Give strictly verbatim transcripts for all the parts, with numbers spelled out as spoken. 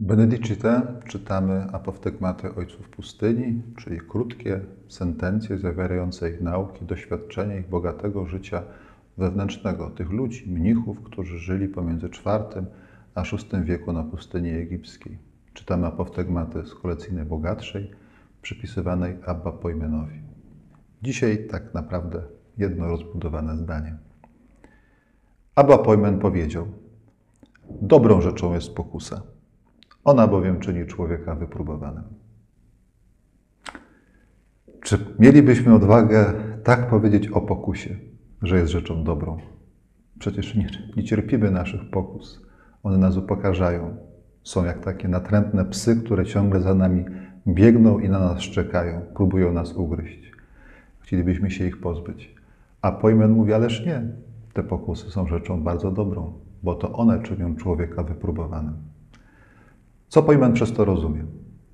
Benedicite czytamy apoftegmaty ojców pustyni, czyli krótkie sentencje zawierające ich nauki, doświadczenie ich bogatego życia wewnętrznego, tych ludzi, mnichów, którzy żyli pomiędzy czwartym a szóstym wieku na pustyni egipskiej. Czytamy apoftegmaty z kolekcji najbogatszej, przypisywanej Abba Poimenowi. Dzisiaj tak naprawdę jedno rozbudowane zdanie. Abba Poimen powiedział: dobrą rzeczą jest pokusa. Ona bowiem czyni człowieka wypróbowanym. Czy mielibyśmy odwagę tak powiedzieć o pokusie, że jest rzeczą dobrą? Przecież nie, nie cierpimy naszych pokus. One nas upokarzają. Są jak takie natrętne psy, które ciągle za nami biegną i na nas szczekają, próbują nas ugryźć. Chcielibyśmy się ich pozbyć. A Poimen mówi, ależ nie. Te pokusy są rzeczą bardzo dobrą, bo to one czynią człowieka wypróbowanym. Co Poimen przez to rozumie?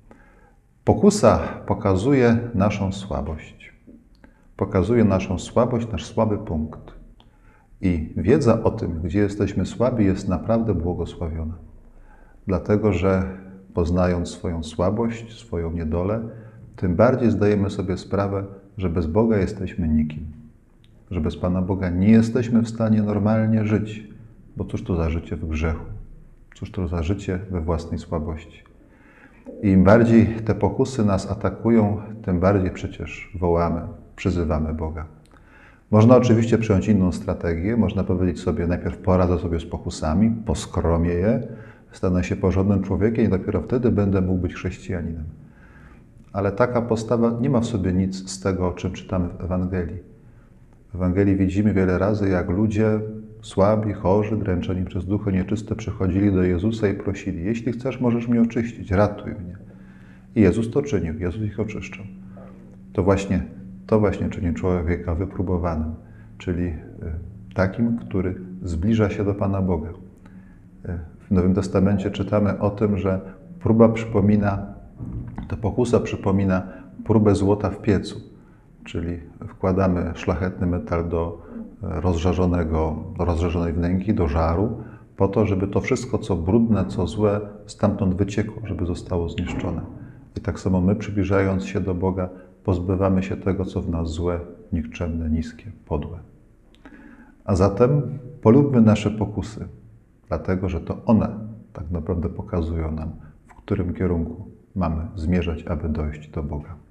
Pokusa pokazuje naszą słabość. Pokazuje naszą słabość, nasz słaby punkt. I wiedza o tym, gdzie jesteśmy słabi, jest naprawdę błogosławiona. Dlatego, że poznając swoją słabość, swoją niedolę, tym bardziej zdajemy sobie sprawę, że bez Boga jesteśmy nikim. Że bez Pana Boga nie jesteśmy w stanie normalnie żyć. Bo cóż to za życie w grzechu? Cóż to za życie we własnej słabości? I im bardziej te pokusy nas atakują, tym bardziej przecież wołamy, przyzywamy Boga. Można oczywiście przyjąć inną strategię. Można powiedzieć sobie, najpierw poradzę sobie z pokusami, poskromię je, stanę się porządnym człowiekiem i dopiero wtedy będę mógł być chrześcijaninem. Ale taka postawa nie ma w sobie nic z tego, o czym czytamy w Ewangelii. W Ewangelii widzimy wiele razy, jak ludzie słabi, chorzy, dręczeni przez duchy nieczyste przychodzili do Jezusa i prosili: jeśli chcesz, możesz mnie oczyścić, ratuj mnie. I Jezus to czynił, Jezus ich oczyszczał. To właśnie, to właśnie czyni człowieka wypróbowanym, czyli takim, który zbliża się do Pana Boga. W Nowym Testamencie czytamy o tym, że próba przypomina, to pokusa przypomina próbę złota w piecu, czyli wkładamy szlachetny metal do rozżarzonego, do rozżarzonej wnęki, do żaru, po to, żeby to wszystko, co brudne, co złe, stamtąd wyciekło, żeby zostało zniszczone. I tak samo my, przybliżając się do Boga, pozbywamy się tego, co w nas złe, nikczemne, niskie, podłe. A zatem polubmy nasze pokusy, dlatego że to one tak naprawdę pokazują nam, w którym kierunku mamy zmierzać, aby dojść do Boga.